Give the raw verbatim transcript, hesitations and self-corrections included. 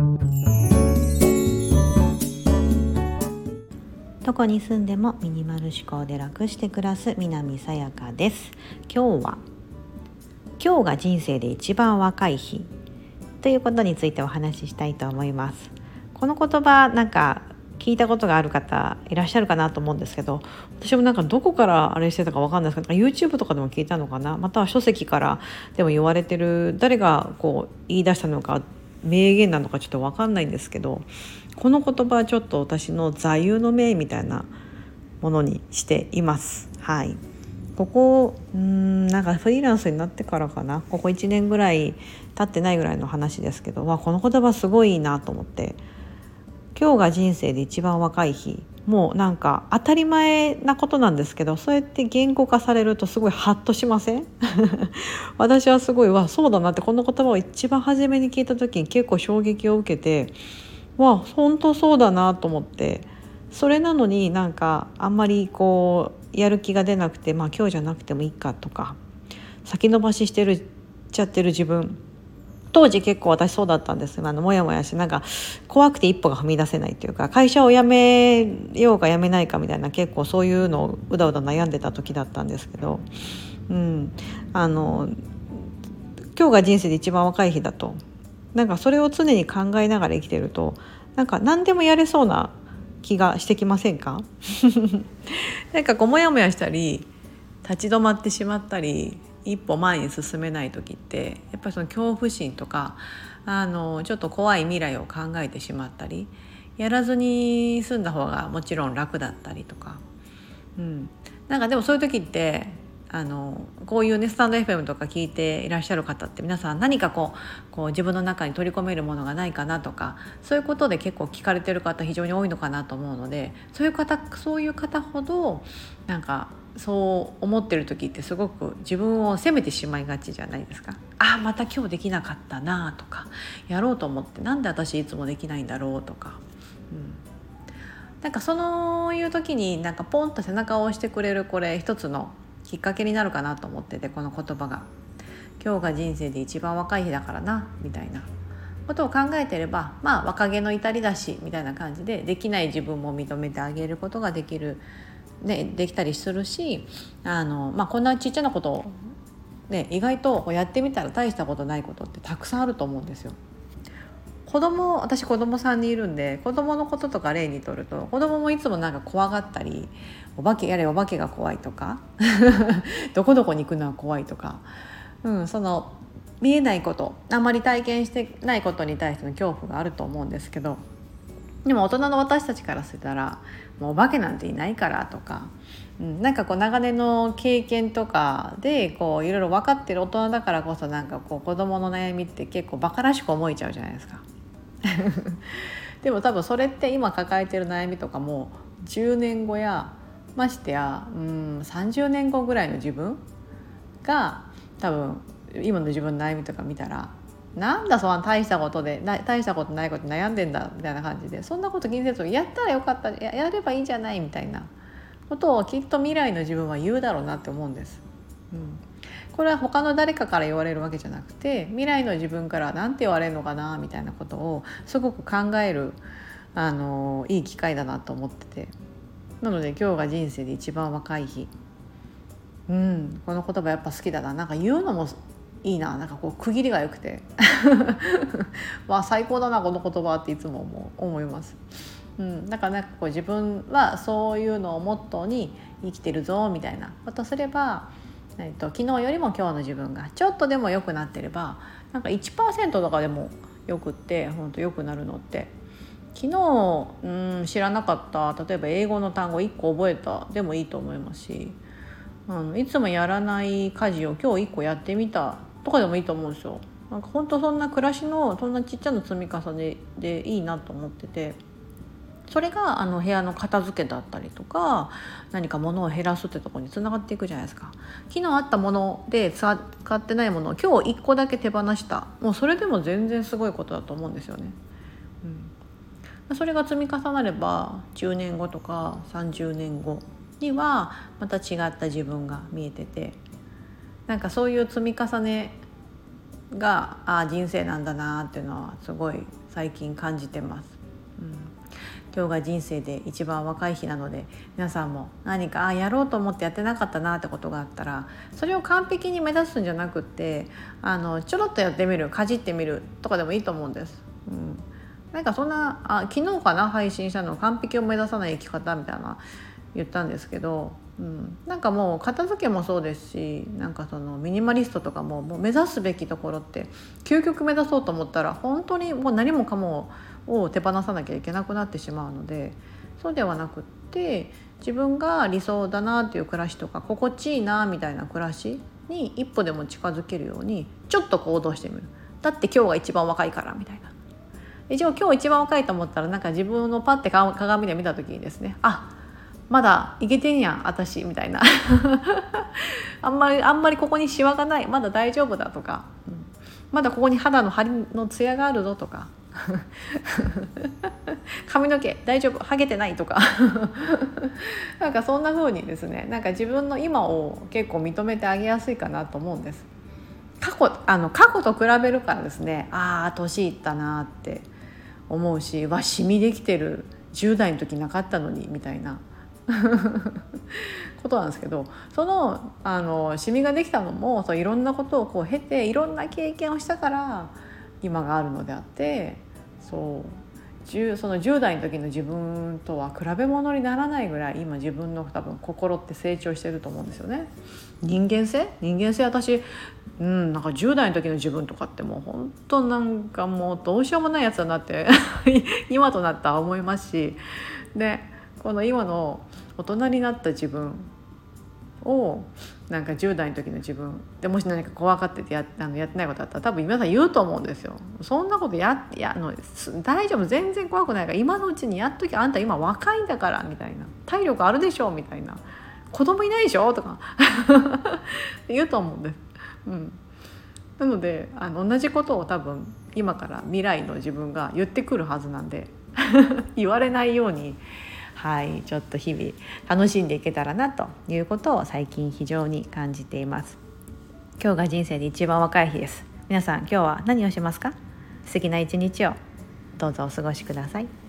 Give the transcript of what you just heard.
どこに住んでもミニマル思考で楽して暮らす南さやかです。今日は今日が人生で一番若い日ということについてお話ししたいと思います。この言葉なんか聞いたことがある方いらっしゃるかなと思うんですけど、私もなんかどこからあれしてたか分かんないですけど YouTube とかでも聞いたのかな、または書籍からでも言われてる、誰がこう言い出したのか名言なのかちょっと分かんないんですけど、この言葉はちょっと私の座右の銘みたいなものにしています。はい、ここうーんなんかフリーランスになってからかな、ここいちねんぐらい経ってないぐらいの話ですけど、わこの言葉すごいいいなと思って、今日が人生で一番若い日、もうなんか当たり前なことなんですけど、そうやって言語化されるとすごいハッとしません？私はすごいわそうだなって、この言葉を一番初めに聞いた時に結構衝撃を受けて、わ本当そうだなと思って、それなのになんかあんまりこうやる気が出なくて、まあ今日じゃなくてもいいかとか先延ばししてるちゃってる自分、当時結構私そうだったんです。あのもやもやし、なんか怖くて一歩が踏み出せないというか、会社を辞めようか辞めないかみたいな、結構そういうのをうだうだ悩んでた時だったんですけど、うん、あの今日が人生で一番若い日だと、なんかそれを常に考えながら生きてると、なんか何でもやれそうな気がしてきませんか？なんかこうモヤモヤしたり立ち止まってしまったり一歩前に進めない時って、やっぱりその恐怖心とかあのちょっと怖い未来を考えてしまったり、やらずに済んだ方がもちろん楽だったりとか、うん、なんかでもそういう時ってあのこういうねスタンド エフエム とか聞いていらっしゃる方って皆さん何かこう、こう自分の中に取り込めるものがないかなとか、そういうことで結構聞かれてる方非常に多いのかなと思うので、そういう方そういう方ほどなんかそう思ってる時ってすごく自分を責めてしまいがちじゃないですか。あまた今日できなかったなとか、やろうと思ってなんで私いつもできないんだろうとか、うん、なんかそういう時になんかポンと背中を押してくれる、これ一つのきっかけになるかなと思ってて、この言葉が今日が人生で一番若い日だからなみたいなことを考えてれば、まあ若気の至りだしみたいな感じで、できない自分も認めてあげることができる、ね、できたりするし、あの、まあ、こんなちっちゃなことを、ね、意外とやってみたら大したことないことってたくさんあると思うんですよ。子供私子供さんにんいるんで、子供のこととか例にとると、子供もいつもなんか怖がったり、お化けやれお化けが怖いとかどこどこに行くのは怖いとか、うん、その見えないこと、あんまり体験してないことに対しての恐怖があると思うんですけど、でも大人の私たちからしたらもうお化けなんていないからとか、うん、なんかこう長年の経験とかでこういろいろ分かってる大人だからこそ、なんかこう子供の悩みって結構バカらしく思えちゃうじゃないですか。でも多分それって今抱えてる悩みとかもじゅうねんごやましてや、うん、さんじゅうねんごぐらいの自分が多分今の自分の悩みとか見たら、なんだそんな大したことで大したことないこと悩んでんだみたいな感じで、そんなこと気にせずやったらよかった や, やればいいんじゃないみたいなことをきっと未来の自分は言うだろうなって思うんです。うん、これは他の誰かから言われるわけじゃなくて、未来の自分から何て言われるのかなみたいなことをすごく考える、あのいい機会だなと思ってて、なので今日が人生で一番若い日、うん、この言葉やっぱ好きだな。なんか言うのもいいな、なんかこう区切りが良くてわあ最高だなこの言葉っていつも思う思います。うん、だからなんかこう自分はそういうのをモットーに生きてるぞみたいなことすれば、えっと、昨日よりも今日の自分がちょっとでも良くなってれば、なんか いちパーセント とかでもよくって、本当良くなるのって昨日、うん、知らなかった例えば英語の単語いっこ覚えたでもいいと思いますし、あのいつもやらない家事を今日いっこやってみたとかでもいいと思うんですよ。なんか本当そんな暮らしのそんなちっちゃな積み重ねでいいなと思ってて、それがあの部屋の片付けだったりとか、何か物を減らすってところにつながっていくじゃないですか。昨日あったもので使ってないものを今日いっこだけ手放した、もうそれでも全然すごいことだと思うんですよね。うん、それが積み重なればじゅうねんごとかさんじゅうねんごにはまた違った自分が見えてて、なんかそういう積み重ねがあ人生なんだなっていうのはすごい最近感じてます、うん、今日が人生で一番若い日なので、皆さんも何かあやろうと思ってやってなかったなってことがあったら、それを完璧に目指すんじゃなくって、あのちょろっとやってみる、かじってみるとかでもいいと思うんです、うん、なんかそんなあ昨日かな配信したの完璧を目指さない生き方みたいな言ったんですけど、うん、なんかもう片付けもそうですし、なんかそのミニマリストとかも、もう目指すべきところって究極目指そうと思ったら本当にもう何もかもを手放さなきゃいけなくなってしまうので、そうではなくって自分が理想だなっていう暮らしとか心地いいなみたいな暮らしに一歩でも近づけるようにちょっと行動してみる。だって今日が一番若いからみたいな。一応今日一番若いと思ったら、なんか自分のパッて鏡で見た時にですね、あまだいけてんやん私みたいなあんまりあんまりここにシワがない、まだ大丈夫だとか、うん、まだここに肌の張りのツヤがあるぞとか髪の毛大丈夫ハゲてないとかなんかそんな風にですね、なんか自分の今を結構認めてあげやすいかなと思うんです。過去あの過去と比べるからですね、ああ年いったなって思うし、わシミできてる、じゅう代の時なかったのにみたいなことなんですけど、そのあのシミができたのもそういろんなことをこう経て、いろんな経験をしたから今があるのであって、そうそのじゅう代の時の自分とは比べ物にならないぐらい今自分の多分心って成長してると思うんですよね。人間性人間性私、うん、なんかじゅう代の時の自分とかってもう本当なんかもうどうしようもないやつだなって今となったら思いますし、でこの今の大人になった自分をなんかじゅう代の時の自分でもし何か怖がってて や, あのやってないことあったら多分皆さん言うと思うんですよ。そんなことややあの大丈夫、全然怖くないから今のうちにやっとき、あんた今若いんだからみたいな、体力あるでしょみたいな、子供いないでしょとか言うと思うんです、うん、なのであの同じことを多分今から未来の自分が言ってくるはずなんで言われないように、はい、ちょっと日々楽しんでいけたらなということを最近非常に感じています。今日が人生で一番若い日です。皆さん今日は何をしますか？素敵な一日をどうぞお過ごしください。